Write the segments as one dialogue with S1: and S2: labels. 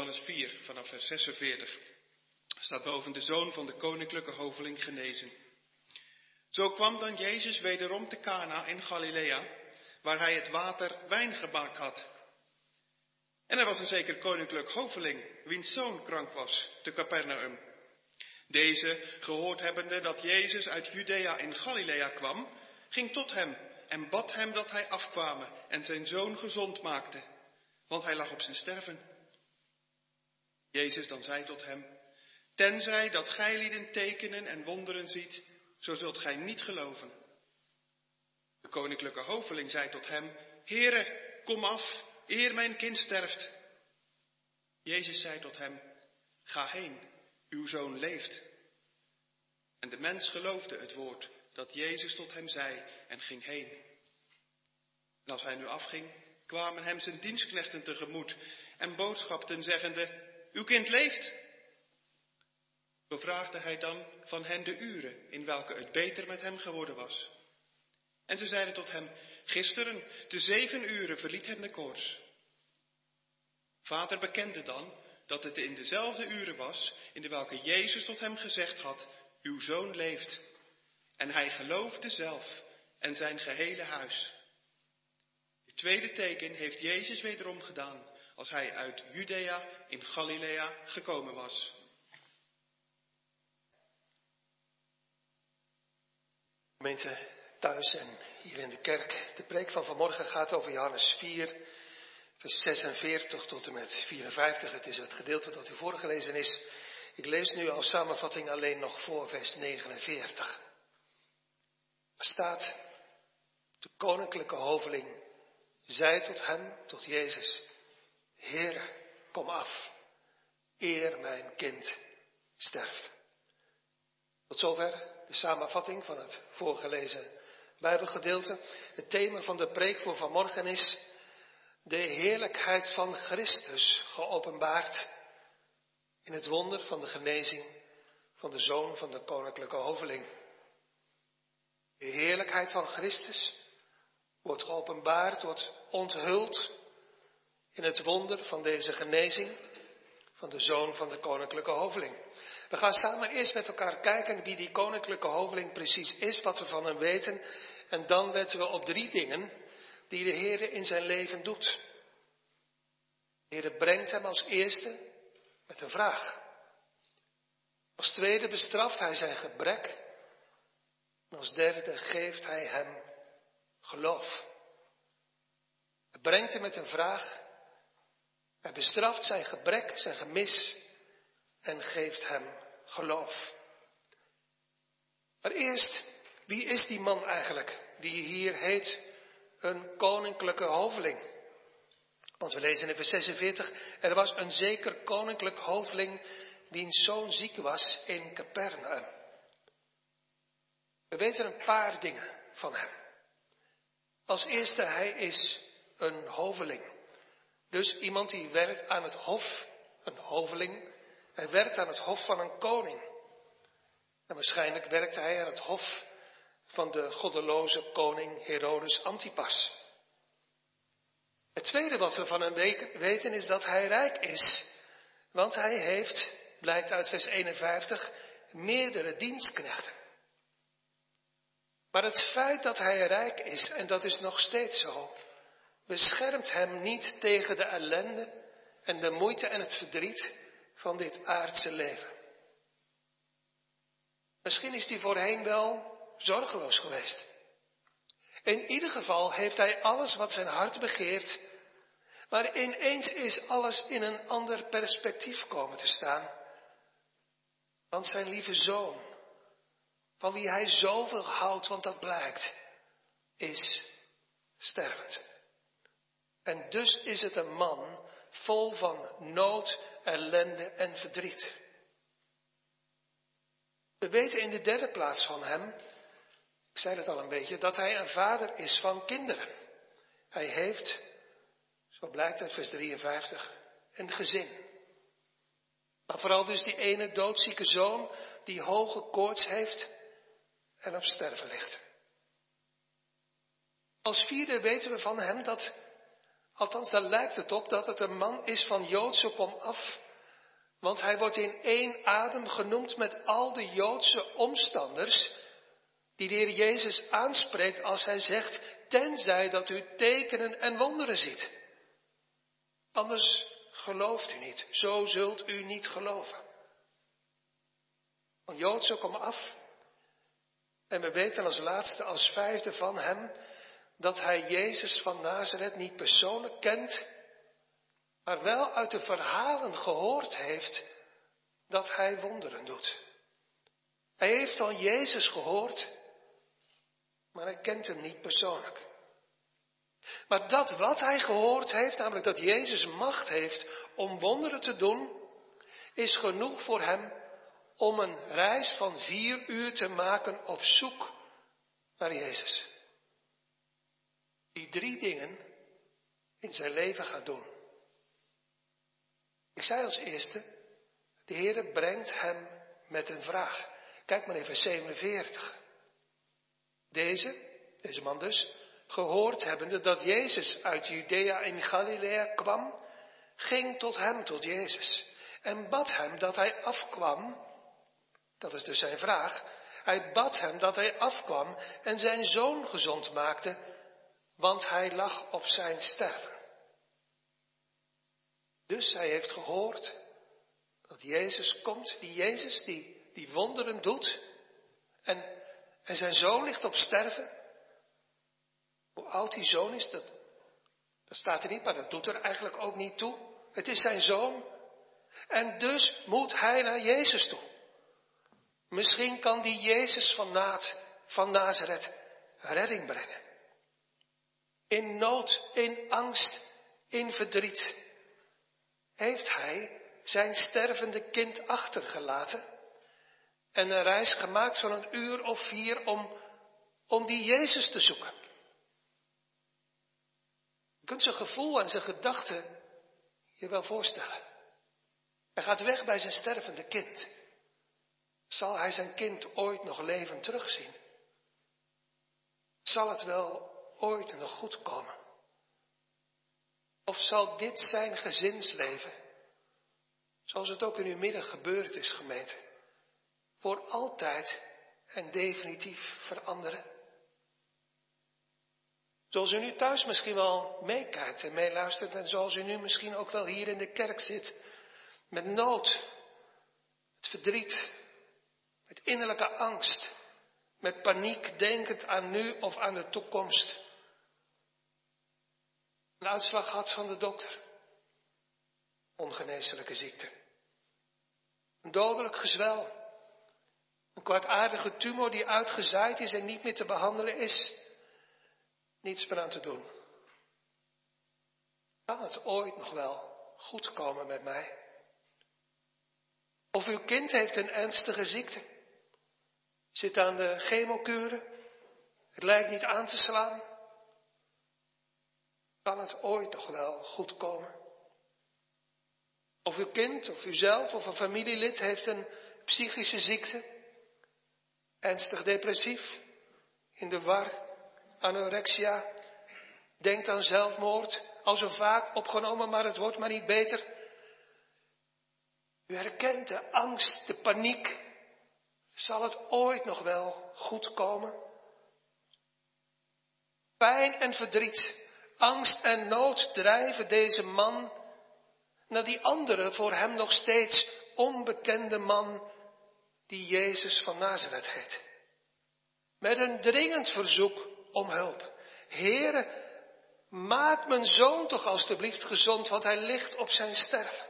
S1: Johannes 4, vanaf vers 46. Staat boven: de zoon van de koninklijke hoveling genezen. Zo kwam dan Jezus wederom te Cana in Galilea, waar hij het water wijn gemaakt had. En er was een zeker koninklijk hoveling, wiens zoon krank was, te Capernaum. Deze, gehoord hebbende dat Jezus uit Judea in Galilea kwam, ging tot hem en bad hem dat hij afkwame en zijn zoon gezond maakte, want hij lag op zijn sterven. Jezus dan zei tot hem: tenzij dat gijlieden tekenen en wonderen ziet, zo zult gij niet geloven. De koninklijke hoveling zei tot hem: Heere, kom af, eer mijn kind sterft. Jezus zei tot hem: ga heen, uw zoon leeft. En de mens geloofde het woord dat Jezus tot hem zei en ging heen. En als hij nu afging, kwamen hem zijn dienstknechten tegemoet en boodschapten zeggende: uw kind leeft. Zo vraagde hij dan van hen de uren in welke het beter met hem geworden was. En ze zeiden tot hem: gisteren te 7 uren verliet hem de koorts. Vader bekende dan dat het in dezelfde uren was in de welke Jezus tot hem gezegd had: uw zoon leeft. En hij geloofde zelf en zijn gehele huis. Het tweede teken heeft Jezus wederom gedaan, als hij uit Judea in Galilea gekomen was.
S2: Gemeente thuis en hier in de kerk. De preek van vanmorgen gaat over Johannes 4, vers 46 tot en met 54. Het is het gedeelte dat u voorgelezen is. Ik lees nu als samenvatting alleen nog voor vers 49. Er staat: de koninklijke hoveling zei tot hem, tot Jezus: Heere, kom af, eer mijn kind sterft. Tot zover de samenvatting van het voorgelezen Bijbelgedeelte. Het thema van de preek voor vanmorgen is: de heerlijkheid van Christus geopenbaard in het wonder van de genezing van de zoon van de koninklijke hoveling. De heerlijkheid van Christus wordt geopenbaard, wordt onthuld in het wonder van deze genezing van de zoon van de koninklijke hoveling. We gaan samen eerst met elkaar kijken wie die koninklijke hoveling precies is, wat we van hem weten. En dan letten we op 3 dingen die de Heer in zijn leven doet. De Heer brengt hem als eerste met een vraag. Als tweede bestraft hij zijn gebrek. En als derde geeft hij hem geloof. Hij brengt hem met een vraag. Hij bestraft zijn gebrek, zijn gemis en geeft hem geloof. Maar eerst, wie is die man eigenlijk die hier heet een koninklijke hoveling? Want we lezen in vers 46, er was een zeker koninklijk hoveling wiens zoon ziek was in Capernaum. We weten een paar dingen van hem. Als eerste, hij is een hoveling. Dus iemand die werkt aan het hof, een hoveling. Hij werkt aan het hof van een koning. En waarschijnlijk werkte hij aan het hof van de goddeloze koning Herodes Antipas. Het tweede wat we van hem weten is dat hij rijk is. Want hij heeft, blijkt uit vers 51, meerdere dienstknechten. Maar het feit dat hij rijk is, en dat is nog steeds zo, beschermt hem niet tegen de ellende en de moeite en het verdriet van dit aardse leven. Misschien is hij voorheen wel zorgeloos geweest. In ieder geval heeft hij alles wat zijn hart begeert, maar ineens is alles in een ander perspectief komen te staan. Want zijn lieve zoon, van wie hij zoveel houdt, want dat blijkt, is stervend. En dus is het een man vol van nood, ellende en verdriet. We weten in de derde plaats van hem, ik zei het al een beetje, dat hij een vader is van kinderen. Hij heeft, zo blijkt uit vers 53, een gezin. Maar vooral dus die ene doodzieke zoon die hoge koorts heeft en op sterven ligt. Als vierde weten we van hem dat Althans, daar lijkt het op dat het een man is van Joodse komaf. Want hij wordt in één adem genoemd met al de Joodse omstanders die de Heer Jezus aanspreekt als hij zegt, tenzij dat u tekenen en wonderen ziet. Anders gelooft u niet, zo zult u niet geloven. Van Joodse komaf. En we weten als laatste, als vijfde van hem, dat hij Jezus van Nazareth niet persoonlijk kent, maar wel uit de verhalen gehoord heeft dat hij wonderen doet. Hij heeft al Jezus gehoord, maar hij kent hem niet persoonlijk. Maar dat wat hij gehoord heeft, namelijk dat Jezus macht heeft om wonderen te doen, is genoeg voor hem om een reis van 4 uur te maken op zoek naar Jezus. Die 3 dingen in zijn leven gaat doen. Ik zei als eerste, de Heer brengt hem met een vraag. Kijk maar even, 47. Deze man dus, gehoord hebbende dat Jezus uit Judea in Galilea kwam, ging tot hem, tot Jezus. En bad hem dat hij afkwam, dat is dus zijn vraag, hij bad hem dat hij afkwam en zijn zoon gezond maakte, want hij lag op zijn sterven. Dus hij heeft gehoord dat Jezus komt, die Jezus die wonderen doet. En zijn zoon ligt op sterven. Hoe oud die zoon is, dat staat er niet, maar dat doet er eigenlijk ook niet toe. Het is zijn zoon. En dus moet hij naar Jezus toe. Misschien kan die Jezus van Nazareth redding brengen. In nood, in angst, in verdriet heeft hij zijn stervende kind achtergelaten en een reis gemaakt van 1 uur of 4 om die Jezus te zoeken. Je kunt zijn gevoel en zijn gedachten je wel voorstellen. Hij gaat weg bij zijn stervende kind. Zal hij zijn kind ooit nog levend terugzien? Zal het wel ooit nog goed komen? Of zal dit zijn gezinsleven, zoals het ook in uw midden gebeurd is, gemeente, voor altijd en definitief veranderen? Zoals u nu thuis misschien wel meekijkt en meeluistert en zoals u nu misschien ook wel hier in de kerk zit, met nood, met verdriet, met innerlijke angst, met paniek denkend aan nu of aan de toekomst. Een uitslag had van de dokter. Ongeneeslijke ziekte. Een dodelijk gezwel. Een kwaadaardige tumor die uitgezaaid is en niet meer te behandelen is. Niets meer aan te doen. Kan het ooit nog wel goed komen met mij? Of uw kind heeft een ernstige ziekte. Zit aan de chemokuren. Het lijkt niet aan te slaan. Kan het ooit nog wel goed komen? Of uw kind, of uzelf, of een familielid heeft een psychische ziekte. Ernstig depressief. In de war. Anorexia. Denkt aan zelfmoord. Al zo vaak opgenomen, maar het wordt maar niet beter. U herkent de angst, de paniek. Zal het ooit nog wel goed komen? Pijn en verdriet, angst en nood drijven deze man naar die andere, voor hem nog steeds onbekende man die Jezus van Nazareth heet. Met een dringend verzoek om hulp. Heere, maak mijn zoon toch alstublieft gezond, want hij ligt op zijn sterven.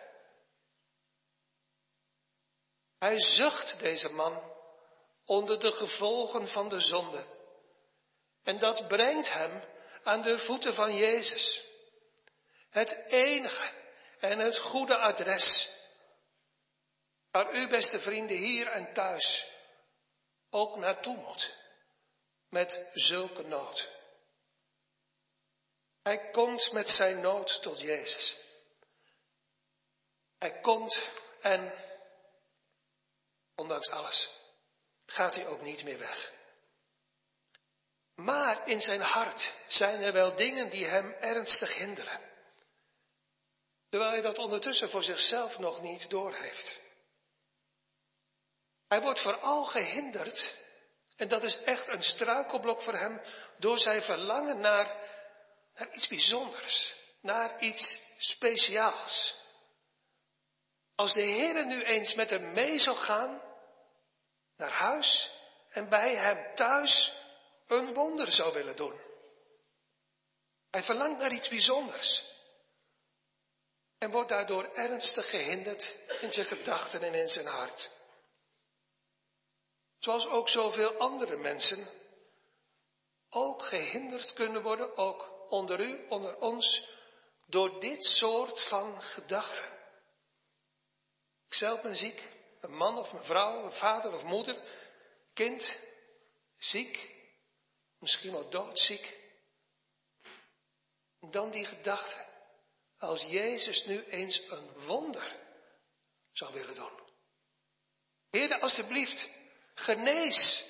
S2: Hij zucht, deze man, onder de gevolgen van de zonde. En dat brengt hem aan de voeten van Jezus. Het enige en het goede adres waar u, beste vrienden, hier en thuis ook naartoe moet. Met zulke nood. Hij komt met zijn nood tot Jezus. Hij komt en, ondanks alles, gaat hij ook niet meer weg. Maar in zijn hart zijn er wel dingen die hem ernstig hinderen. Terwijl hij dat ondertussen voor zichzelf nog niet doorheeft. Hij wordt vooral gehinderd, en dat is echt een struikelblok voor hem, door zijn verlangen naar iets bijzonders, naar iets speciaals. Als de Heer nu eens met hem mee zou gaan naar huis en bij hem thuis een wonder zou willen doen. Hij verlangt naar iets bijzonders en wordt daardoor ernstig gehinderd in zijn gedachten en in zijn hart. Zoals ook zoveel andere mensen ook gehinderd kunnen worden, ook onder u, onder ons, door dit soort van gedachten. Ik zelf ben ziek, een man of een vrouw, een vader of moeder, kind, ziek, misschien wel doodziek. En dan die gedachte, als Jezus nu eens een wonder zou willen doen. Heer, alstublieft, genees.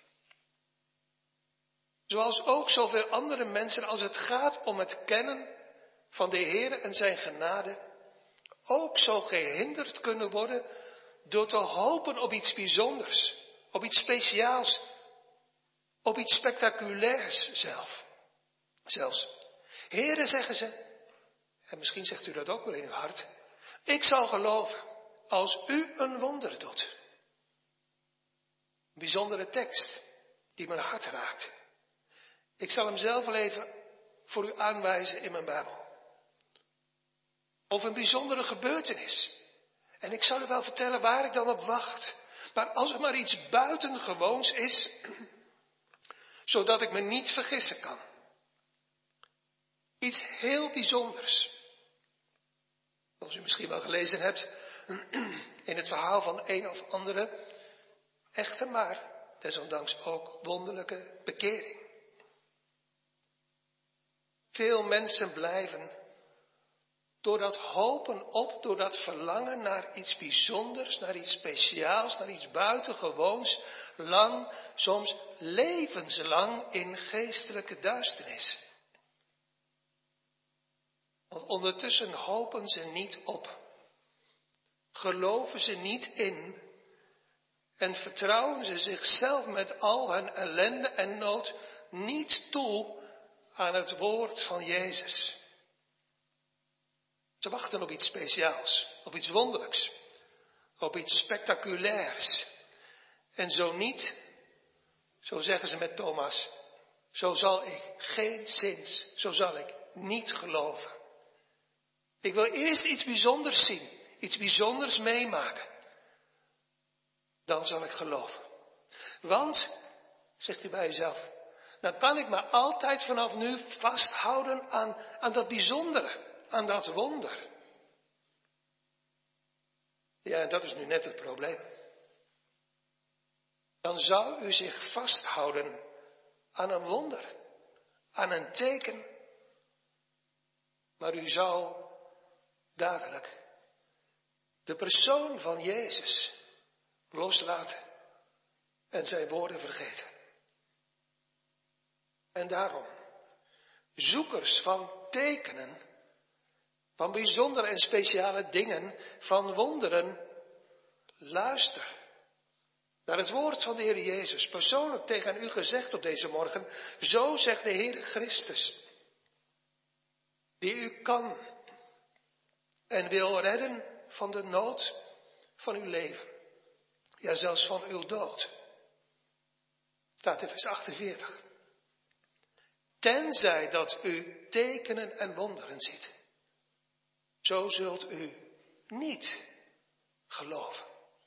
S2: Zoals ook zoveel andere mensen, als het gaat om het kennen van de Heer en zijn genade, ook zo gehinderd kunnen worden door te hopen op iets bijzonders, op iets speciaals, op iets spectaculairs zelfs. Heere, zeggen ze, en misschien zegt u dat ook wel in uw hart, ik zal geloven als u een wonder doet. Een bijzondere tekst die mijn hart raakt. Ik zal hem zelf wel even voor u aanwijzen in mijn Bijbel. Of een bijzondere gebeurtenis. En ik zal u wel vertellen waar ik dan op wacht. Maar als het maar iets buitengewoons is, zodat ik me niet vergissen kan. Iets heel bijzonders. Zoals u misschien wel gelezen hebt in het verhaal van een of andere echte, maar desondanks ook wonderlijke bekering. Veel mensen blijven door dat hopen op, door dat verlangen naar iets bijzonders, naar iets speciaals, naar iets buitengewoons, lang, soms levenslang in geestelijke duisternis. Want ondertussen hopen ze niet op, geloven ze niet in en vertrouwen ze zichzelf met al hun ellende en nood niet toe aan het woord van Jezus. Ze wachten op iets speciaals, op iets wonderlijks, op iets spectaculairs. En zo niet, zo zeggen ze met Thomas, zo zal ik geen zins, zo zal ik niet geloven. Ik wil eerst iets bijzonders zien, iets bijzonders meemaken. Dan zal ik geloven. Want, zegt u bij uzelf, dan kan ik me altijd vanaf nu vasthouden aan dat bijzondere. Aan dat wonder. Ja, dat is nu net het probleem. Dan zou u zich vasthouden aan een wonder, aan een teken, maar u zou dadelijk de persoon van Jezus loslaten en zijn woorden vergeten. En daarom, zoekers van tekenen, van bijzondere en speciale dingen, van wonderen, luister naar het woord van de Heer Jezus, persoonlijk tegen u gezegd op deze morgen. Zo zegt de Heer Christus, die u kan en wil redden van de nood van uw leven, ja zelfs van uw dood. Staat in vers 48. Tenzij dat u tekenen en wonderen ziet. Zo zult u niet geloven.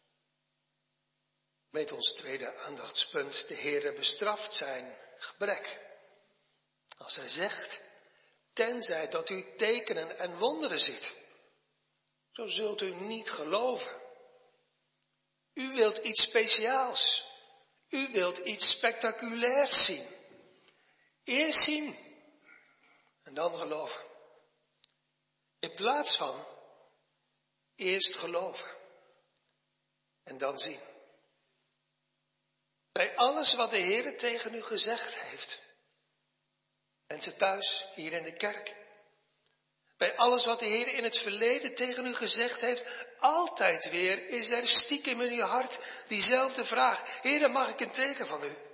S2: Met ons tweede aandachtspunt, de Heere bestraft zijn gebrek. Als hij zegt, tenzij dat u tekenen en wonderen ziet. Zo zult u niet geloven. U wilt iets speciaals. U wilt iets spectaculairs zien. Eerst zien en dan geloven. In plaats van eerst geloven en dan zien. Bij alles wat de Heer tegen u gezegd heeft. Mensen thuis, hier in de kerk. Bij alles wat de Heer in het verleden tegen u gezegd heeft, altijd weer is er stiekem in uw hart diezelfde vraag. Heer, mag ik een teken van u?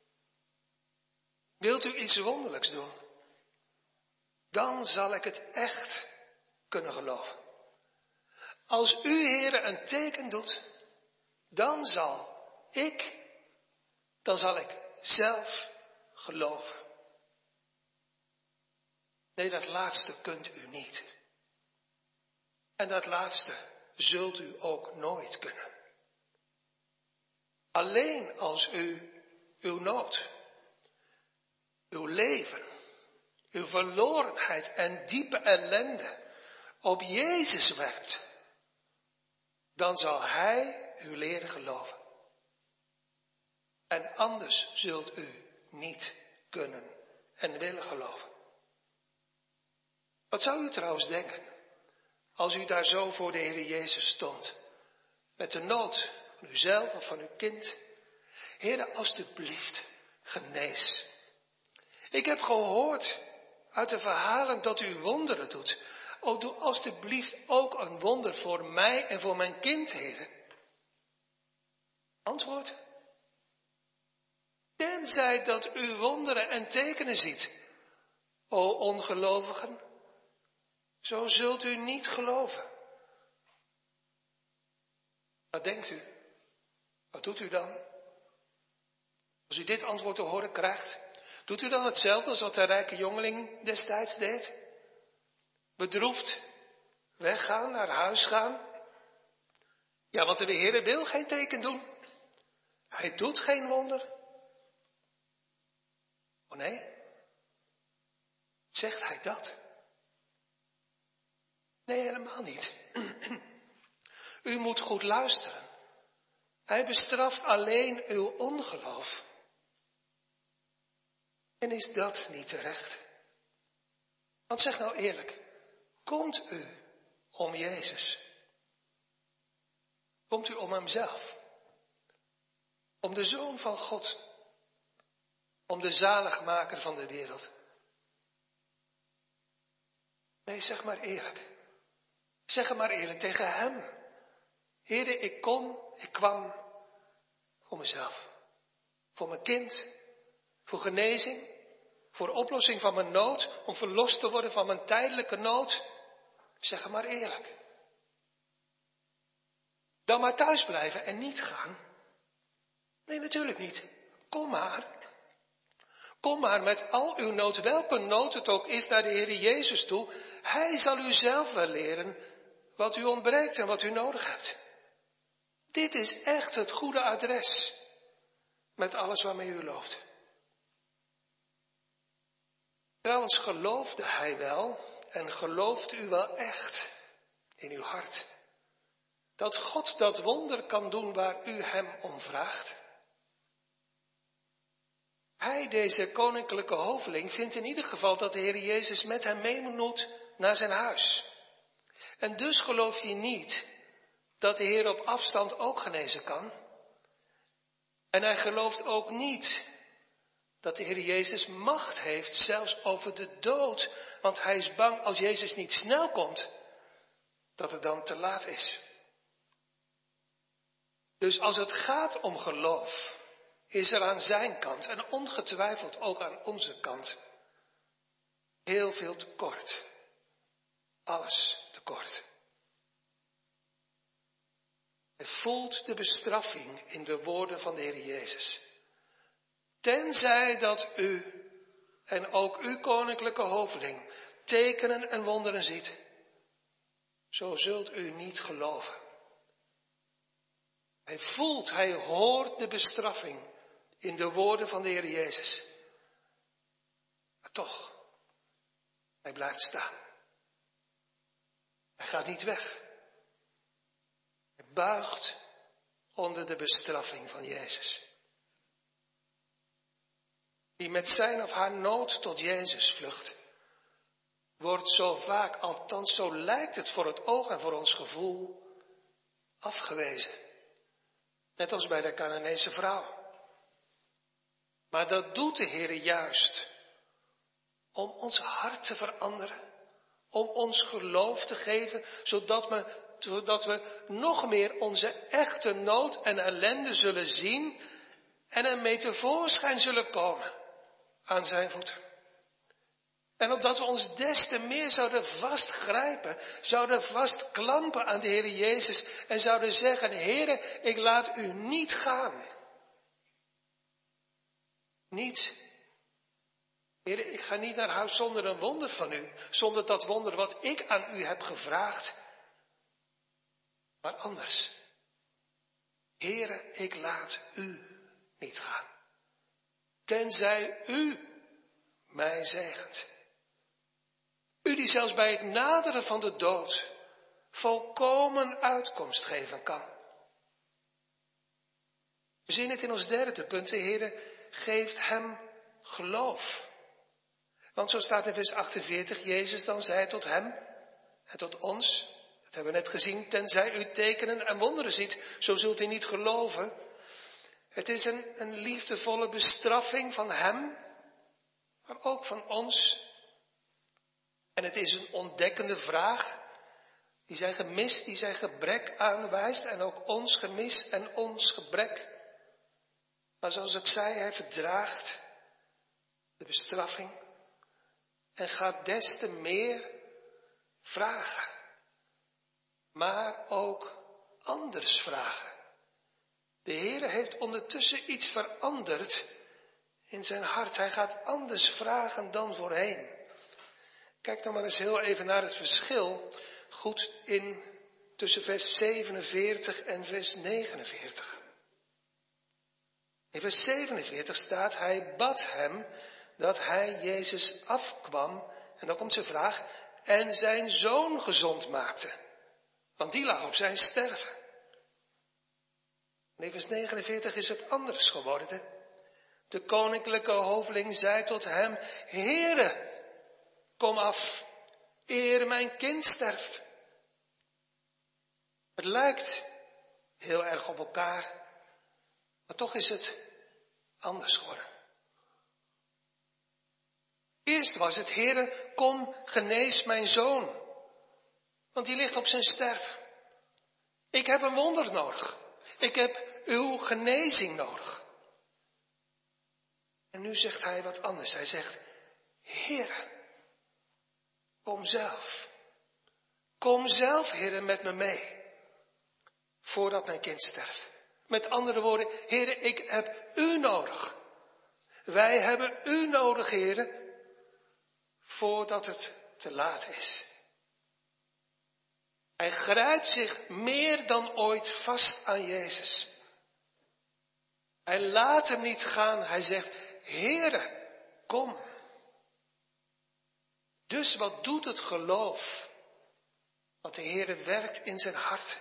S2: Wilt u iets wonderlijks doen? Dan zal ik het echt kunnen geloven. Als u, Heer, een teken doet, dan zal ik zelf geloven. Nee, dat laatste kunt u niet. En dat laatste zult u ook nooit kunnen. Alleen als u uw nood, uw leven, uw verlorenheid en diepe ellende op Jezus werpt, dan zal Hij u leren geloven. En anders zult u niet kunnen en willen geloven. Wat zou u trouwens denken als u daar zo voor de Heer Jezus stond, met de nood van uzelf of van uw kind? Heer, alstublieft, genees. Ik heb gehoord uit de verhalen dat u wonderen doet. O, doe alstublieft ook een wonder voor mij en voor mijn kind, Heer. Antwoord. Tenzij dat u wonderen en tekenen ziet, o ongelovigen, zo zult u niet geloven. Wat denkt u? Wat doet u dan? Als u dit antwoord te horen krijgt, doet u dan hetzelfde als wat de rijke jongeling destijds deed? Bedroefd, weggaan, naar huis gaan? Ja, want de Heer wil geen teken doen. Hij doet geen wonder. Oh nee? Zegt hij dat? Nee, helemaal niet. U moet goed luisteren. Hij bestraft alleen uw ongeloof. En is dat niet terecht? Want zeg nou eerlijk, komt u om Jezus? Komt u om Hemzelf? Om de Zoon van God? Om de zaligmaker van de wereld? Nee, zeg maar eerlijk. Zeg maar eerlijk tegen Hem. Heere, ik kwam voor mezelf. Voor mijn kind. Voor genezing. Voor oplossing van mijn nood. Om verlost te worden van mijn tijdelijke nood. Zeg maar eerlijk. Dan maar thuis blijven en niet gaan. Nee, natuurlijk niet. Kom maar. Kom maar met al uw nood, welke nood het ook is, naar de Heer Jezus toe. Hij zal u zelf wel leren wat u ontbreekt en wat u nodig hebt. Dit is echt het goede adres met alles waarmee u loopt. Trouwens, geloofde hij wel en gelooft u wel echt in uw hart dat God dat wonder kan doen waar u hem om vraagt? Hij, deze koninklijke hoveling, vindt in ieder geval dat de Heer Jezus met hem mee moet naar zijn huis. En dus gelooft hij niet dat de Heer op afstand ook genezen kan. En hij gelooft ook niet dat de Heer Jezus macht heeft, zelfs over de dood. Want hij is bang als Jezus niet snel komt, dat het dan te laat is. Dus als het gaat om geloof, is er aan zijn kant en ongetwijfeld ook aan onze kant heel veel tekort. Alles tekort. Hij voelt de bestraffing in de woorden van de Heer Jezus. Tenzij dat u en ook uw koninklijke hoveling tekenen en wonderen ziet, zo zult u niet geloven. Hij voelt, hij hoort de bestraffing in de woorden van de Heer Jezus. Maar toch, hij blijft staan. Hij gaat niet weg. Hij buigt onder de bestraffing van Jezus. Wie met zijn of haar nood tot Jezus vlucht, wordt zo vaak, althans zo lijkt het voor het oog en voor ons gevoel, afgewezen. Net als bij de Canaanese vrouw. Maar dat doet de Heer juist om ons hart te veranderen, om ons geloof te geven, zodat we nog meer onze echte nood en ellende zullen zien en ermee tevoorschijn zullen komen aan zijn voeten. En opdat we ons des te meer zouden vastgrijpen, zouden vastklampen aan de Heer Jezus en zouden zeggen, Heere, ik laat u niet gaan. Niet, Heere, ik ga niet naar huis zonder een wonder van u, zonder dat wonder wat ik aan u heb gevraagd. Maar anders, Heere, ik laat u niet gaan. Tenzij u mij zegent. U die zelfs bij het naderen van de dood volkomen uitkomst geven kan. We zien het in ons derde punt. De Heere geeft hem geloof. Want zo staat in vers 48, Jezus dan zei tot hem en tot ons, dat hebben we net gezien, tenzij u tekenen en wonderen ziet, zo zult u niet geloven. Het is een liefdevolle bestraffing van hem, maar ook van ons. En het is een ontdekkende vraag die zijn gemis, die zijn gebrek aanwijst en ook ons gemis en ons gebrek. Maar zoals ik zei, hij verdraagt de bestraffing en gaat des te meer vragen. Maar ook anders vragen. De Heere heeft ondertussen iets veranderd in zijn hart. Hij gaat anders vragen dan voorheen. Kijk dan maar eens heel even naar het verschil. Goed tussen vers 47 en vers 49. In vers 47 staat, hij bad hem dat hij Jezus afkwam. En dan komt zijn vraag, en zijn zoon gezond maakte. Want die lag op zijn sterven. En in vers 49 is het anders geworden. De koninklijke hoveling zei tot hem, Heere, kom af, eer mijn kind sterft. Het lijkt heel erg op elkaar, maar toch is het anders geworden. Eerst was het, Heere, kom, genees mijn zoon, want die ligt op zijn sterven. Ik heb een wonder nodig. Ik heb uw genezing nodig. En nu zegt hij wat anders. Hij zegt, Heere, kom zelf. Kom zelf, Heere, met me mee. Voordat mijn kind sterft. Met andere woorden, Heere, ik heb u nodig. Wij hebben u nodig, Heere, voordat het te laat is. Hij grijpt zich meer dan ooit vast aan Jezus. Hij laat hem niet gaan. Hij zegt, Heere, kom. Dus wat doet het geloof? Wat de Heere werkt in zijn hart.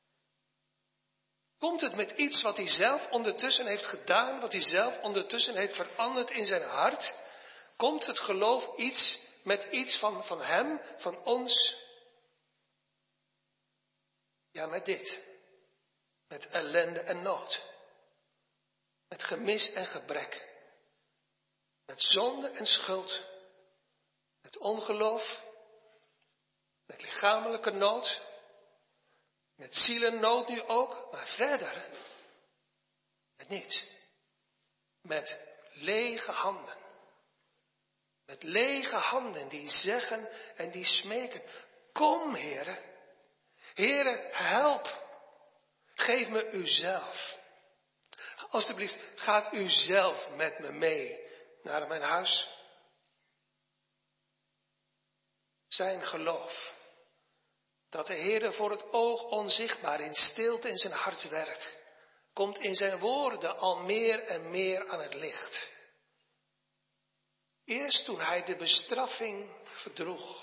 S2: Komt het met iets wat hij zelf ondertussen heeft gedaan, wat hij zelf ondertussen heeft veranderd in zijn hart? Komt het geloof met iets van hem, van ons? Ja, met dit. Met ellende en nood. Met gemis en gebrek. Met zonde en schuld. Met ongeloof. Met lichamelijke nood. Met zielennood nu ook. Maar verder. Met niets. Met lege handen. Met lege handen die zeggen en die smeken. Kom, Heere. Heere, help. Geef me uzelf. Alsjeblieft, gaat u zelf met me mee naar mijn huis. Zijn geloof. Dat de Heere voor het oog onzichtbaar in stilte in zijn hart werkt. Komt in zijn woorden al meer en meer aan het licht. Eerst toen hij de bestraffing verdroeg.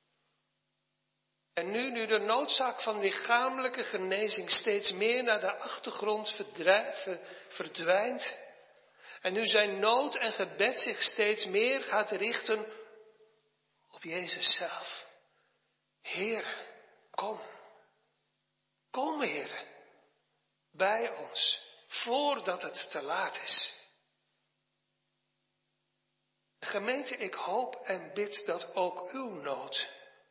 S2: En nu de noodzaak van lichamelijke genezing steeds meer naar de achtergrond verdwijnt. En nu zijn nood en gebed zich steeds meer gaat richten op Jezus zelf. Heer, kom. Kom, Heer, bij ons, voordat het te laat is. Gemeente, ik hoop en bid dat ook uw nood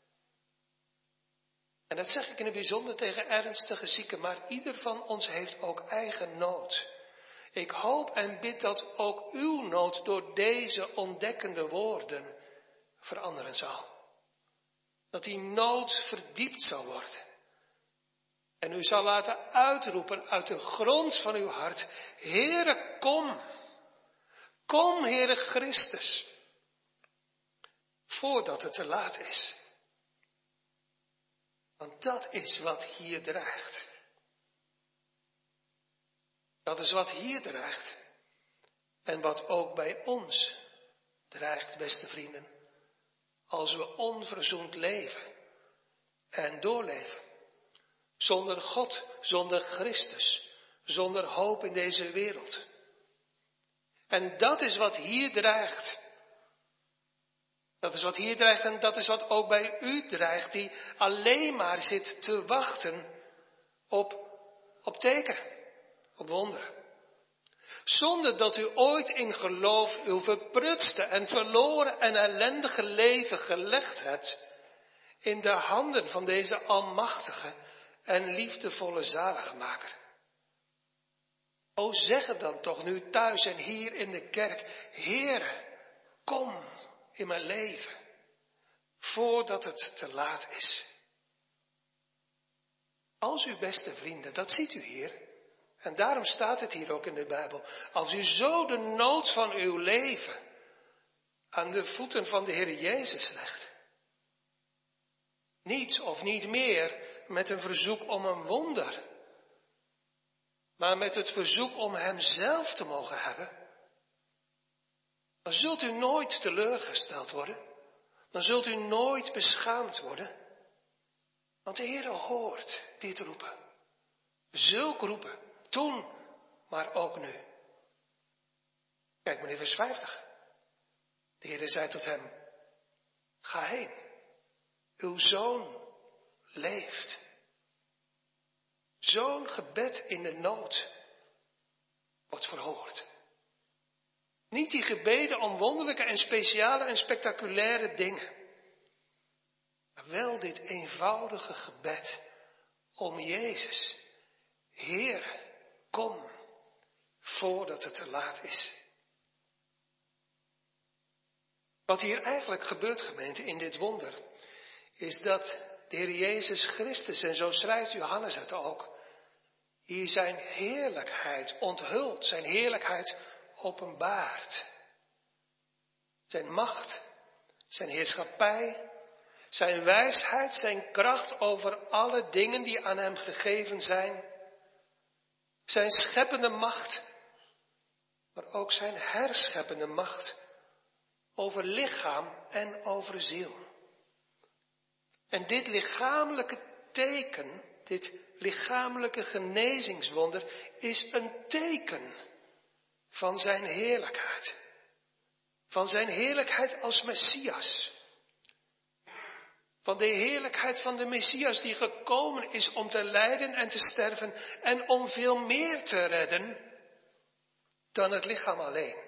S2: En dat zeg ik in het bijzonder tegen ernstige zieken, maar ieder van ons heeft ook eigen nood. Ik hoop en bid dat ook uw nood door deze ontdekkende woorden veranderen zal. Dat die nood verdiept zal worden. En u zal laten uitroepen uit de grond van uw hart: Heere, kom. Kom, Heere Christus. Voordat het te laat is. Want dat is wat hier dreigt. Dat is wat hier dreigt. En wat ook bij ons dreigt, beste vrienden. Als we onverzoend leven en doorleven. Zonder God, zonder Christus, zonder hoop in deze wereld. En dat is wat hier dreigt. Dat is wat hier dreigt en dat is wat ook bij u dreigt, die alleen maar zit te wachten op teken, op wonderen. Zonder dat u ooit in geloof uw verprutste en verloren en ellendige leven gelegd hebt in de handen van deze almachtige en liefdevolle zaligmaker. O, zeg het dan toch nu thuis en hier in de kerk: Heere, kom in mijn leven, voordat het te laat is. Als u, beste vrienden, dat ziet u hier, en daarom staat het hier ook in de Bijbel, als u zo de nood van uw leven aan de voeten van de Heer Jezus legt, niet of niet meer met een verzoek om een wonder, maar met het verzoek om Hem zelf te mogen hebben, dan zult u nooit teleurgesteld worden. Dan zult u nooit beschaamd worden. Want de Heer hoort dit roepen. Zulk roepen. Toen, maar ook nu. Kijk maar in vers 50. De Heer zei tot hem: Ga heen. Uw zoon leeft. Zo'n gebed in de nood wordt verhoord. Niet die gebeden om wonderlijke en speciale en spectaculaire dingen. Maar wel dit eenvoudige gebed om Jezus. Heer, kom, voordat het te laat is. Wat hier eigenlijk gebeurt, gemeente, in dit wonder, is dat de Heer Jezus Christus, en zo schrijft Johannes het ook, hier zijn heerlijkheid onthult, zijn heerlijkheid openbaart. Zijn macht, zijn heerschappij, zijn wijsheid, zijn kracht over alle dingen die aan hem gegeven zijn. Zijn scheppende macht, maar ook zijn herscheppende macht over lichaam en over ziel. En dit lichamelijke teken, dit lichamelijke genezingswonder, is een teken van zijn heerlijkheid. Van zijn heerlijkheid als Messias. Van de heerlijkheid van de Messias die gekomen is om te lijden en te sterven en om veel meer te redden dan het lichaam alleen.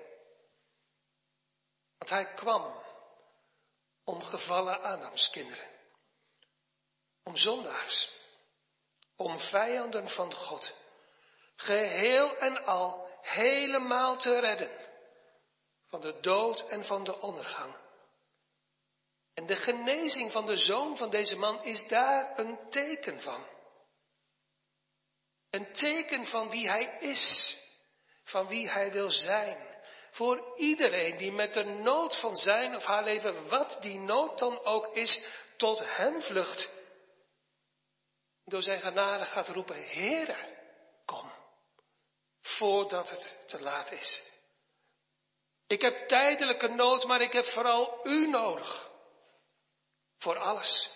S2: Want hij kwam om gevallen Adamskinderen, om zondaars, om vijanden van God, geheel en al helemaal te redden van de dood en van de ondergang. En de genezing van de zoon van deze man is daar een teken van. Een teken van wie hij is, van wie hij wil zijn. Voor iedereen die met de nood van zijn of haar leven, wat die nood dan ook is, tot hem vlucht. Door zijn genade gaat roepen: Heere, kom, voordat het te laat is. Ik heb tijdelijke nood, maar ik heb vooral u nodig. Voor alles.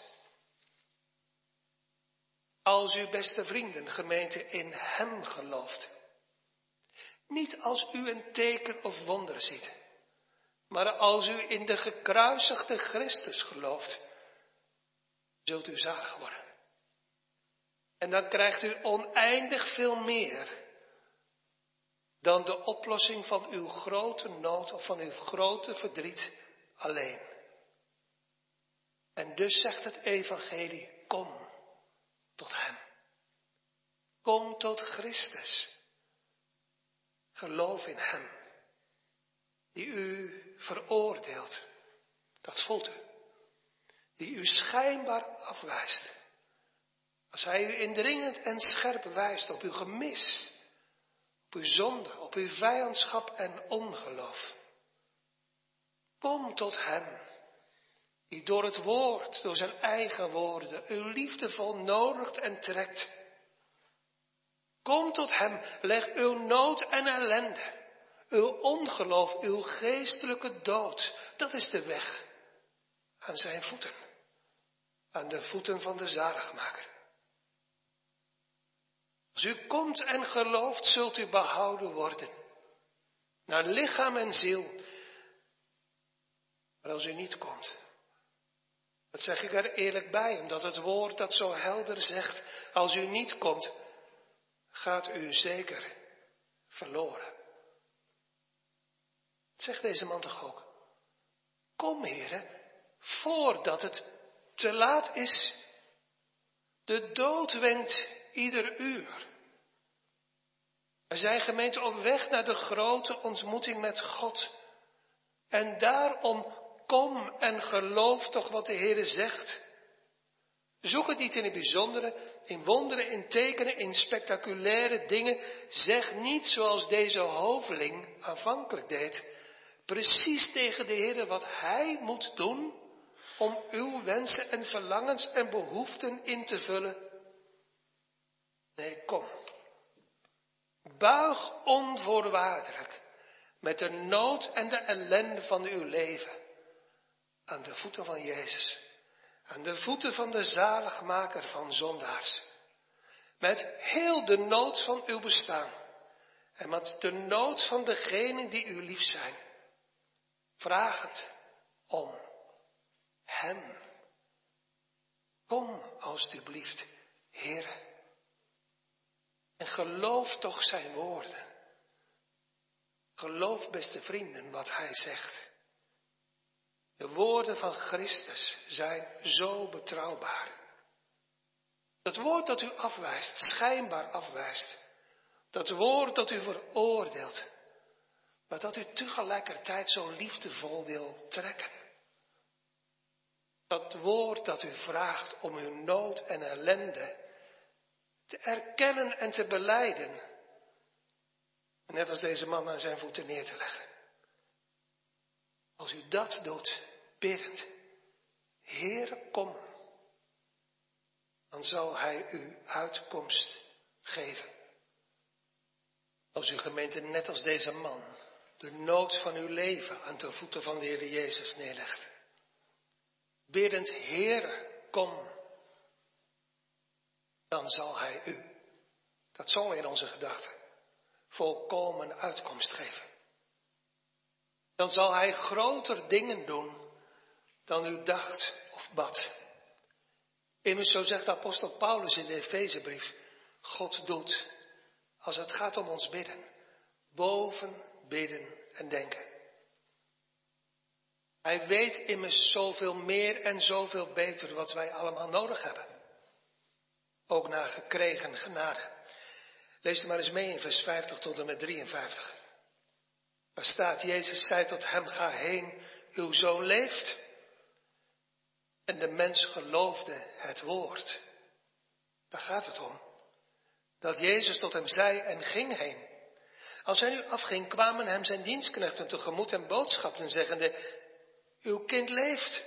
S2: Als u, beste vrienden, gemeente, in hem gelooft. Niet als u een teken of wonder ziet. Maar als u in de gekruisigde Christus gelooft. Zult u zalig worden. En dan krijgt u oneindig veel meer dan de oplossing van uw grote nood of van uw grote verdriet alleen. En dus zegt het evangelie: kom, tot hem. Kom tot Christus. Geloof in hem, die u veroordeelt. Dat voelt u. Die u schijnbaar afwijst. Als hij u indringend en scherp wijst op uw gemis, op uw zonde, op uw vijandschap en ongeloof. Kom tot hem, die door het woord, door zijn eigen woorden, uw liefdevol nodigt en trekt. Kom tot hem, leg uw nood en ellende, uw ongeloof, uw geestelijke dood. Dat is de weg aan zijn voeten, aan de voeten van de zaligmaker. Als u komt en gelooft, zult u behouden worden, naar lichaam en ziel. Maar als u niet komt, dat zeg ik er eerlijk bij, omdat het woord dat zo helder zegt, als u niet komt, gaat u zeker verloren. Dat zegt deze man toch ook. Kom, heren, voordat het te laat is. De dood wenkt ieder uur. Er zijn gemeenten op weg naar de grote ontmoeting met God. En daarom kom en geloof toch wat de Heere zegt. Zoek het niet in het bijzondere, in wonderen, in tekenen, in spectaculaire dingen. Zeg niet zoals deze hoveling aanvankelijk deed. Precies tegen de Heere wat hij moet doen om uw wensen en verlangens en behoeften in te vullen. Nee, kom. Buig onvoorwaardelijk met de nood en de ellende van uw leven aan de voeten van Jezus. Aan de voeten van de zaligmaker van zondaars. Met heel de nood van uw bestaan. En met de nood van degenen die u lief zijn. Vragend om hem. Kom alstublieft, Heere. En geloof toch zijn woorden. Geloof, beste vrienden, wat hij zegt. De woorden van Christus zijn zo betrouwbaar. Dat woord dat u afwijst, schijnbaar afwijst. Dat woord dat u veroordeelt. Maar dat u tegelijkertijd zo liefdevol wil trekken. Dat woord dat u vraagt om uw nood en ellende te erkennen en te belijden. Net als deze man aan zijn voeten neer te leggen. Als u dat doet, biddend, Heere, kom, dan zal hij u uitkomst geven. Als uw gemeente net als deze man de nood van uw leven aan de voeten van de Heer Jezus neerlegt. Biddend, Heere, kom, dan zal hij u, dat zongen in onze gedachten, volkomen uitkomst geven. Dan zal hij groter dingen doen dan u dacht of bad. Immers, zo zegt de apostel Paulus in de Efezebrief, God doet, als het gaat om ons bidden, boven bidden en denken. Hij weet immers zoveel meer en zoveel beter wat wij allemaal nodig hebben. Ook naar gekregen genade. Lees er maar eens mee in vers 50 tot en met 53. Waar staat, Jezus zei tot hem, ga heen, uw zoon leeft. En de mens geloofde het woord. Daar gaat het om. Dat Jezus tot hem zei en ging heen. Als hij nu afging, kwamen hem zijn dienstknechten tegemoet en boodschapten zeggende, uw kind leeft.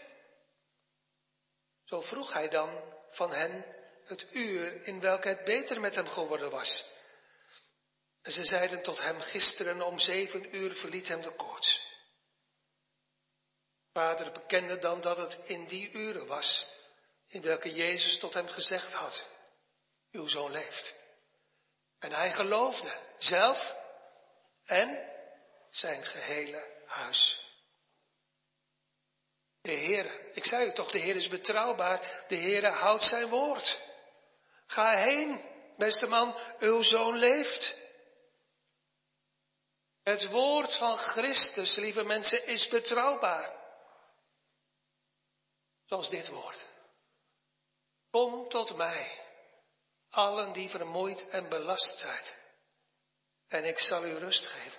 S2: Zo vroeg hij dan van hen het uur in welk het beter met hem geworden was. En ze zeiden tot hem, gisteren om 7 uur verliet hem de koorts. Vader bekende dan dat het in die uren was, in welke Jezus tot hem gezegd had, uw zoon leeft. En hij geloofde, zelf en zijn gehele huis. De Heere, ik zei u toch, de Heer is betrouwbaar, de Heere houdt zijn woord. Ga heen, beste man, uw zoon leeft. Het woord van Christus, lieve mensen, is betrouwbaar. Zoals dit woord. Kom tot mij, allen die vermoeid en belast zijn. En ik zal u rust geven.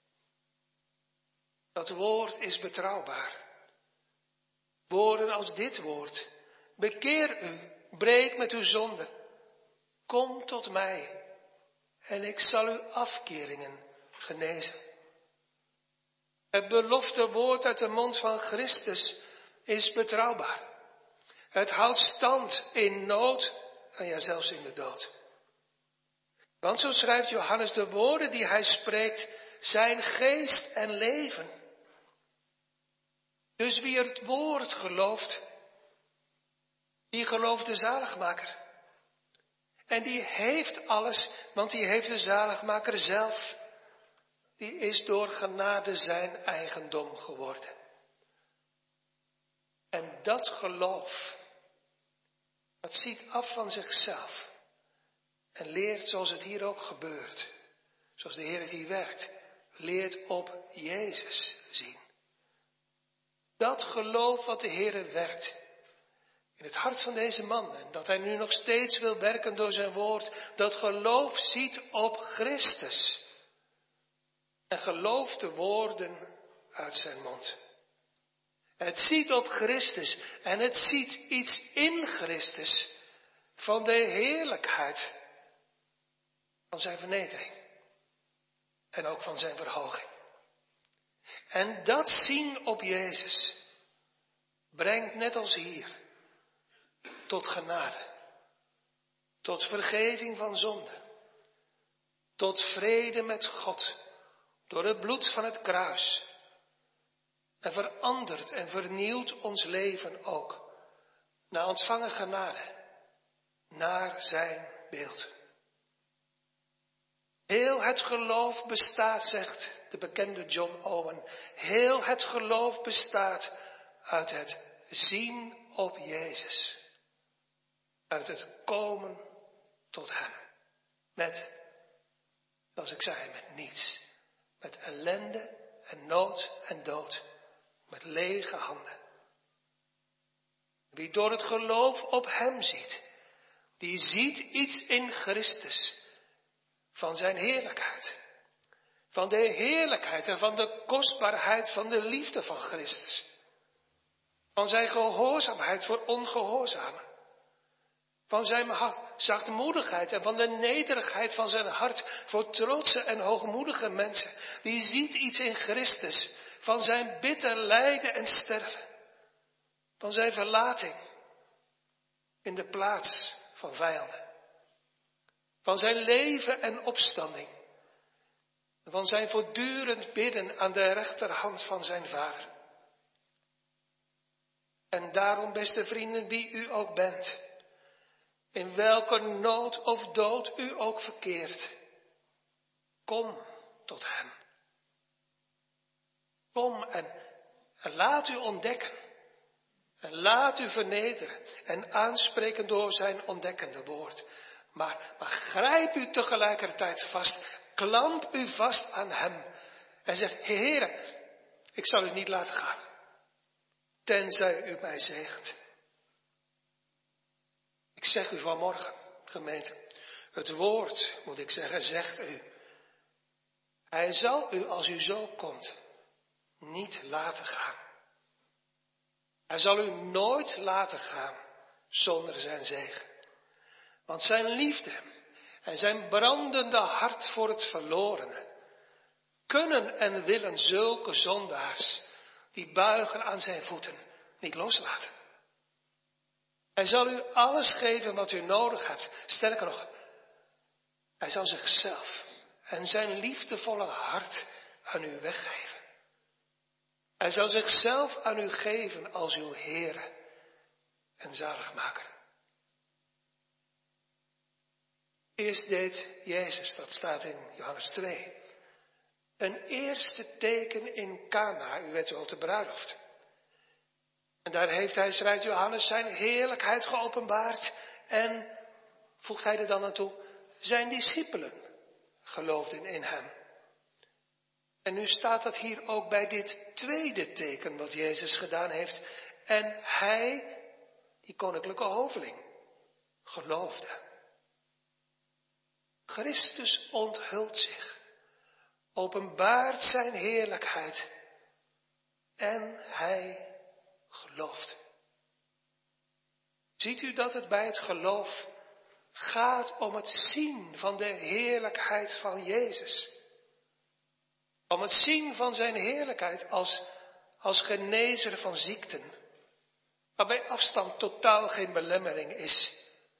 S2: Dat woord is betrouwbaar. Woorden als dit woord. Bekeer u, breek met uw zonde. Kom tot mij en ik zal uw afkeringen genezen. Het belofte woord uit de mond van Christus is betrouwbaar. Het houdt stand in nood en ja zelfs in de dood. Want zo schrijft Johannes, de woorden die hij spreekt zijn geest en leven. Dus wie het woord gelooft, die gelooft de zaligmaker. En die heeft alles, want die heeft de zaligmaker zelf. Die is door genade zijn eigendom geworden. En dat geloof, dat ziet af van zichzelf. En leert zoals het hier ook gebeurt. Zoals de Heer het hier werkt. Leert op Jezus zien. Dat geloof wat de Heer werkt. In het hart van deze man. En dat hij nu nog steeds wil werken door zijn woord. Dat geloof ziet op Christus. En gelooft de woorden uit zijn mond. Het ziet op Christus. En het ziet iets in Christus. Van de heerlijkheid. Van zijn vernedering. En ook van zijn verhoging. En dat zien op Jezus. Brengt net als hier. Tot genade. Tot vergeving van zonde. Tot vrede met God. Door het bloed van het kruis. En verandert en vernieuwt ons leven ook. Na ontvangen genade. Naar zijn beeld. Heel het geloof bestaat, zegt de bekende John Owen. Heel het geloof bestaat uit het zien op Jezus. Uit het komen tot hem. Met, zoals ik zei, met niets. Met ellende en nood en dood. Met lege handen. Wie door het geloof op hem ziet. Die ziet iets in Christus. Van zijn heerlijkheid. Van de heerlijkheid en van de kostbaarheid van de liefde van Christus. Van zijn gehoorzaamheid voor ongehoorzamen. Van zijn zachtmoedigheid en van de nederigheid van zijn hart voor trotse en hoogmoedige mensen. Die ziet iets in Christus. Van zijn bitter lijden en sterven. Van zijn verlating in de plaats van vijanden. Van zijn leven en opstanding. Van zijn voortdurend bidden aan de rechterhand van zijn Vader. En daarom, beste vrienden, wie u ook bent. In welke nood of dood u ook verkeert. Kom tot hem. Kom en laat u ontdekken. En laat u vernederen en aanspreken door zijn ontdekkende woord. Maar grijp u tegelijkertijd vast. Klamp u vast aan hem. En zeg, Heere, ik zal u niet laten gaan. Tenzij u mij zegent. Ik zeg u vanmorgen, gemeente. Het woord, moet ik zeggen, zegt u. Hij zal u, als u zo komt, niet laten gaan. Hij zal u nooit laten gaan zonder zijn zegen. Want zijn liefde en zijn brandende hart voor het verlorene kunnen en willen zulke zondaars die buigen aan zijn voeten niet loslaten. Hij zal u alles geven wat u nodig hebt. Sterker nog, hij zal zichzelf en zijn liefdevolle hart aan u weggeven. Hij zal zichzelf aan u geven als uw Heere en zaligmaker. Eerst deed Jezus, dat staat in Johannes 2, een eerste teken in Cana, u weet wel, de bruiloft. En daar heeft hij, schrijft Johannes, zijn heerlijkheid geopenbaard en, voegt hij er dan aan toe, zijn discipelen geloofden in hem. En nu staat dat hier ook bij dit tweede teken wat Jezus gedaan heeft. En hij, die koninklijke hoveling, geloofde. Christus onthult zich, openbaart zijn heerlijkheid en hij gelooft. Ziet u dat het bij het geloof gaat om het zien van de heerlijkheid van Jezus? Om het zien van zijn heerlijkheid als genezer van ziekten, waarbij afstand totaal geen belemmering is.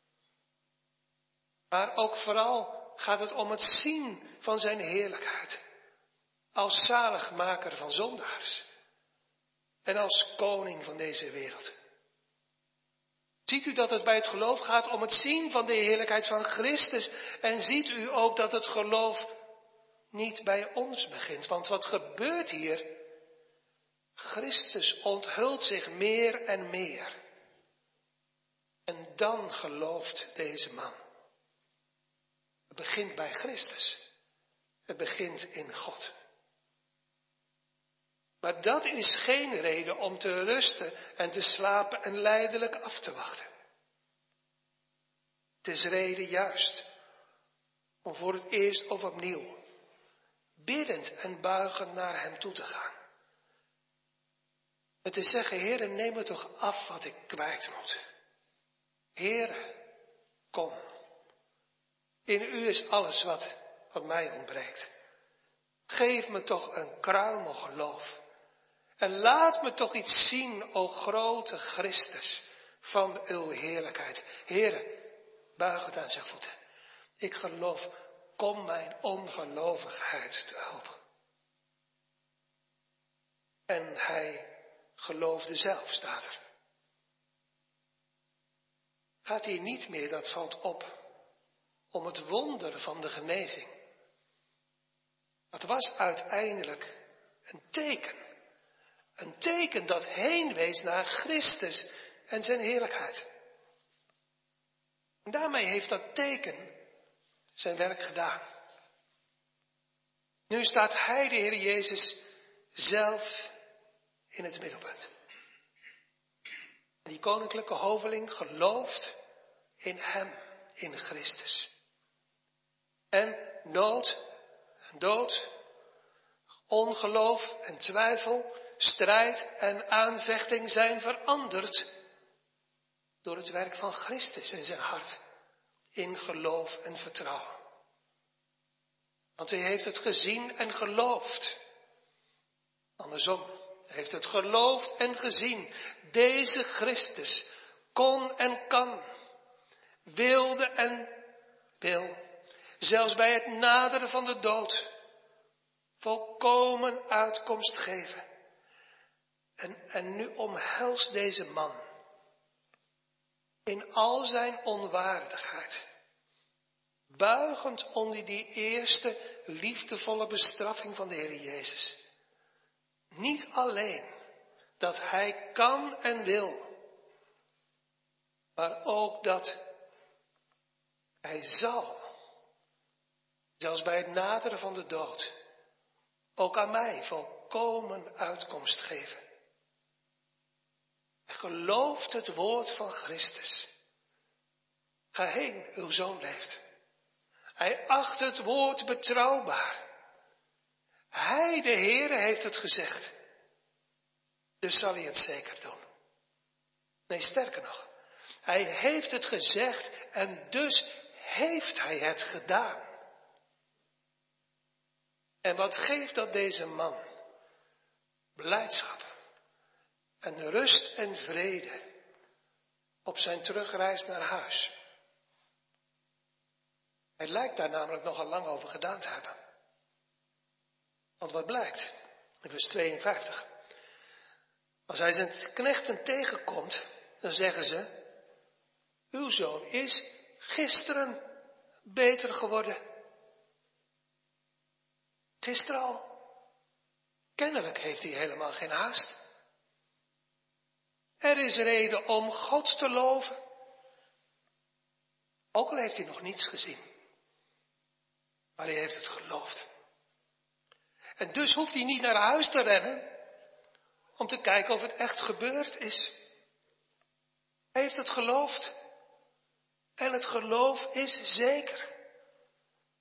S2: Maar ook vooral gaat het om het zien van zijn heerlijkheid als zaligmaker van zondaars en als koning van deze wereld. Ziet u dat het bij het geloof gaat om het zien van de heerlijkheid van Christus en ziet u ook dat het geloof niet bij ons begint. Want wat gebeurt hier? Christus onthult zich meer en meer. En dan gelooft deze man. Het begint bij Christus. Het begint in God. Maar dat is geen reden om te rusten en te slapen en lijdelijk af te wachten. Het is reden juist om voor het eerst of opnieuw biddend en buigend naar hem toe te gaan. En te zeggen, Heere, neem me toch af wat ik kwijt moet. Heere, kom. In u is alles wat mij ontbreekt. Geef me toch een kruimel geloof. En laat me toch iets zien, o grote Christus, van uw heerlijkheid. Heere, buig het aan zijn voeten. Ik geloof, kom mijn ongelovigheid te helpen. En hij geloofde zelf, staat er. Gaat hier niet meer, dat valt op, om het wonder van de genezing. Dat was uiteindelijk een teken. Een teken dat heen wees naar Christus en zijn heerlijkheid. En daarmee heeft dat teken zijn werk gedaan. Nu staat hij, de Heer Jezus, zelf in het middelpunt. Die koninklijke hoveling gelooft in hem, in Christus. En nood en dood, ongeloof en twijfel, strijd en aanvechting zijn veranderd door het werk van Christus in zijn hart, in geloof en vertrouwen. Want hij heeft het gezien en geloofd. Andersom, hij heeft het geloofd en gezien. Deze Christus kon en kan, wilde en wil, zelfs bij het naderen van de dood, volkomen uitkomst geven. En nu omhelst deze man in al zijn onwaardigheid, buigend onder die eerste liefdevolle bestraffing van de Heer Jezus. Niet alleen dat hij kan en wil, maar ook dat hij zal, zelfs bij het naderen van de dood, ook aan mij volkomen uitkomst geven. Hij gelooft het woord van Christus. Ga heen, uw zoon leeft. Hij acht het woord betrouwbaar. Hij, de Heere, heeft het gezegd. Dus zal hij het zeker doen. Nee, sterker nog. Hij heeft het gezegd en dus heeft hij het gedaan. En wat geeft dat deze man? Blijdschap en rust en vrede op zijn terugreis naar huis. Hij lijkt daar namelijk nogal lang over gedaan te hebben. Want wat blijkt? In vers 52. Als hij zijn knechten tegenkomt, dan zeggen ze, uw zoon is gisteren beter geworden. Gisteren al. Kennelijk heeft hij helemaal geen haast. Er is reden om God te loven. Ook al heeft hij nog niets gezien. Maar hij heeft het geloofd. En dus hoeft hij niet naar huis te rennen om te kijken of het echt gebeurd is. Hij heeft het geloofd. En het geloof is zeker.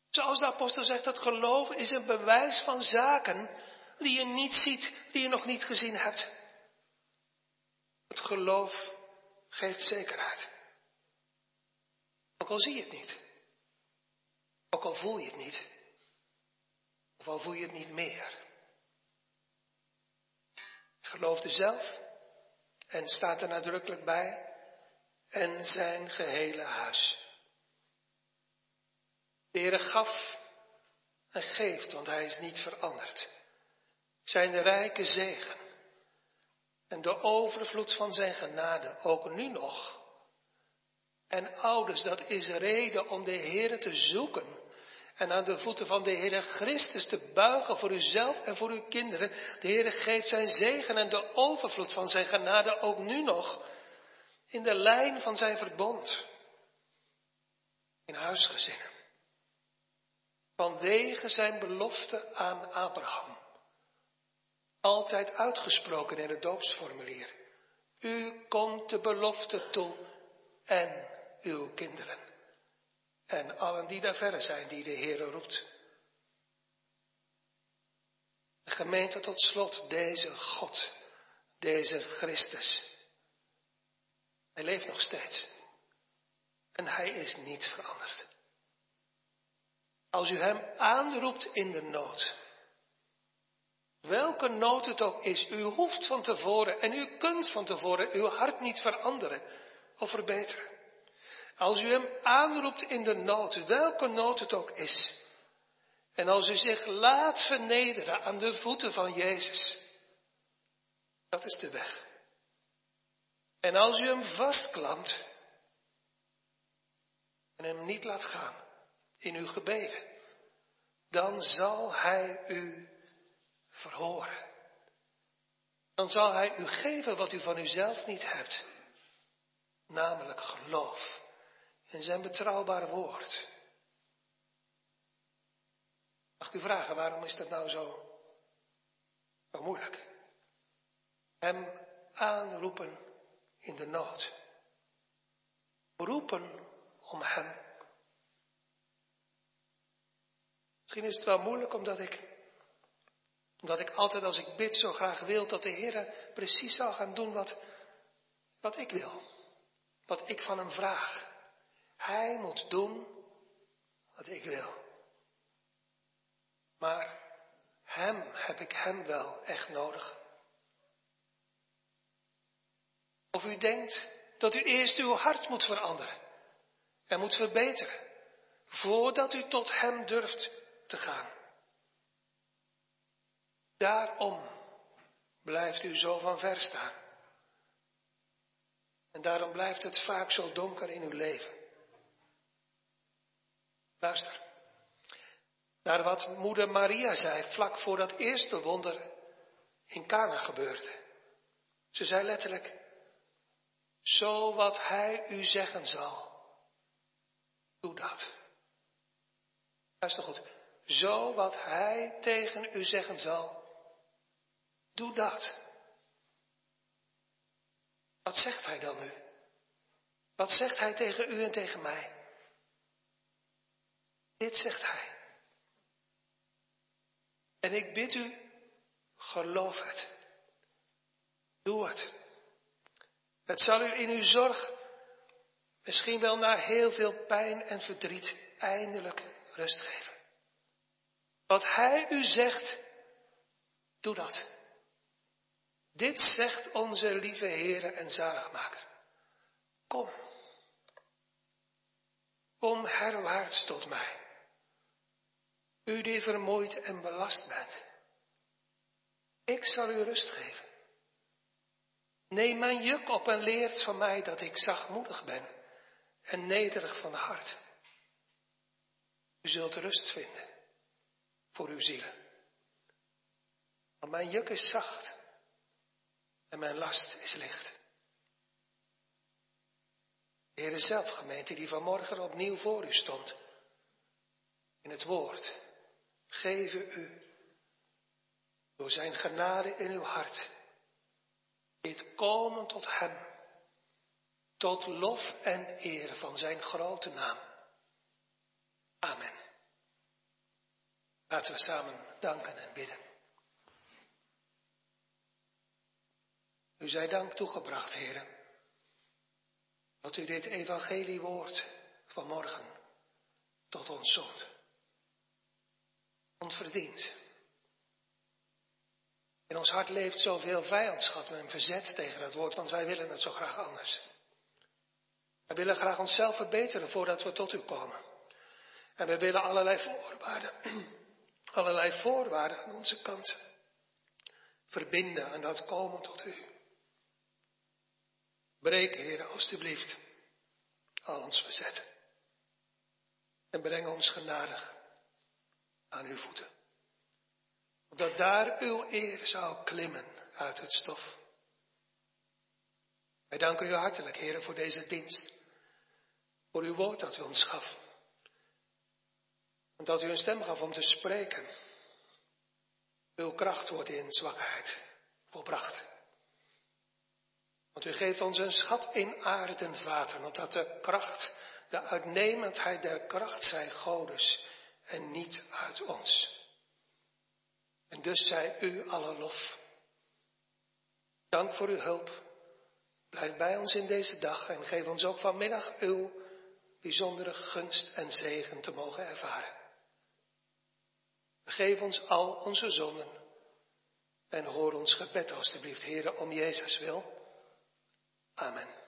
S2: Zoals de apostel zegt, dat geloof is een bewijs van zaken die je niet ziet, die je nog niet gezien hebt. Het geloof geeft zekerheid. Ook al zie je het niet. Ook al voel je het niet. Of al voel je het niet meer. Geloofde zelf en staat er nadrukkelijk bij en zijn gehele huis. De Heere gaf en geeft, want hij is niet veranderd. Zijn rijke zegen en de overvloed van zijn genade, ook nu nog. En ouders, dat is reden om de Heere te zoeken en aan de voeten van de Heere Christus te buigen voor uzelf en voor uw kinderen. De Heere geeft zijn zegen en de overvloed van zijn genade ook nu nog in de lijn van zijn verbond. In huisgezinnen. Vanwege zijn belofte aan Abraham. Altijd uitgesproken in het doopsformulier. U komt de belofte toe en uw kinderen. En allen die daar verre zijn, die de Heere roept. De gemeente tot slot, deze God, deze Christus. Hij leeft nog steeds. En hij is niet veranderd. Als u hem aanroept in de nood. Welke nood het ook is, u hoeft van tevoren en u kunt van tevoren uw hart niet veranderen of verbeteren. Als u hem aanroept in de nood, welke nood het ook is. En als u zich laat vernederen aan de voeten van Jezus. Dat is de weg. En als u hem vastklampt en hem niet laat gaan in uw gebeden, dan zal hij u verhoren. Dan zal hij u geven wat u van uzelf niet hebt. Namelijk geloof in zijn betrouwbaar woord. Mag ik u vragen, waarom is dat nou zo moeilijk? Hem aanroepen in de nood. Roepen om hem. Misschien is het wel moeilijk omdat ik altijd als ik bid zo graag wil dat de Heer precies zal gaan doen wat ik wil. Wat ik van hem vraag. Hij moet doen wat ik wil. Maar heb ik hem wel echt nodig? Of u denkt dat u eerst uw hart moet veranderen en moet verbeteren, voordat u tot hem durft te gaan. Daarom blijft u zo van ver staan. En daarom blijft het vaak zo donker in uw leven. Luister. Naar wat moeder Maria zei vlak voor dat eerste wonder in Kana gebeurde. Ze zei letterlijk, zo wat hij u zeggen zal, doe dat. Luister goed, zo wat hij tegen u zeggen zal, doe dat. Wat zegt hij dan nu? Wat zegt hij tegen u en tegen mij? Dit zegt hij. En ik bid u, geloof het. Doe het. Het zal u in uw zorg, misschien wel na heel veel pijn en verdriet, eindelijk rust geven. Wat hij u zegt, doe dat. Dit zegt onze lieve Heere en Zaligmaker. Kom. Kom herwaarts tot mij. U die vermoeid en belast bent. Ik zal u rust geven. Neem mijn juk op en leert van mij dat ik zachtmoedig ben en nederig van hart. U zult rust vinden voor uw zielen. Want mijn juk is zacht en mijn last is licht. De Heere zelf, gemeente, die vanmorgen opnieuw voor u stond, in het woord, geven u door zijn genade in uw hart dit komen tot hem, tot lof en eer van zijn grote naam. Amen. Laten we samen danken en bidden. U zij dank toegebracht, Heere, dat u dit evangeliewoord vanmorgen tot ons zond. Onverdiend. In ons hart leeft zoveel vijandschap en verzet tegen dat woord, want wij willen het zo graag anders. Wij willen graag onszelf verbeteren voordat we tot u komen. En we willen allerlei voorwaarden aan onze kant verbinden aan dat komen tot u. Breek, Heere, alstublieft al ons verzet. En breng ons genadig aan uw voeten. Opdat daar uw eer zou klimmen uit het stof. Wij danken u hartelijk, Heere, voor deze dienst. Voor uw woord dat u ons gaf. En dat u een stem gaf om te spreken. Uw kracht wordt in zwakheid volbracht. Want u geeft ons een schat in aardenvaten, opdat de kracht, de uitnemendheid der kracht zij Godes en niet uit ons. En dus zij u alle lof. Dank voor uw hulp. Blijf bij ons in deze dag en geef ons ook vanmiddag uw bijzondere gunst en zegen te mogen ervaren. Vergeef ons al onze zonden en hoor ons gebed alstublieft, Heere, om Jezus wil. Amen.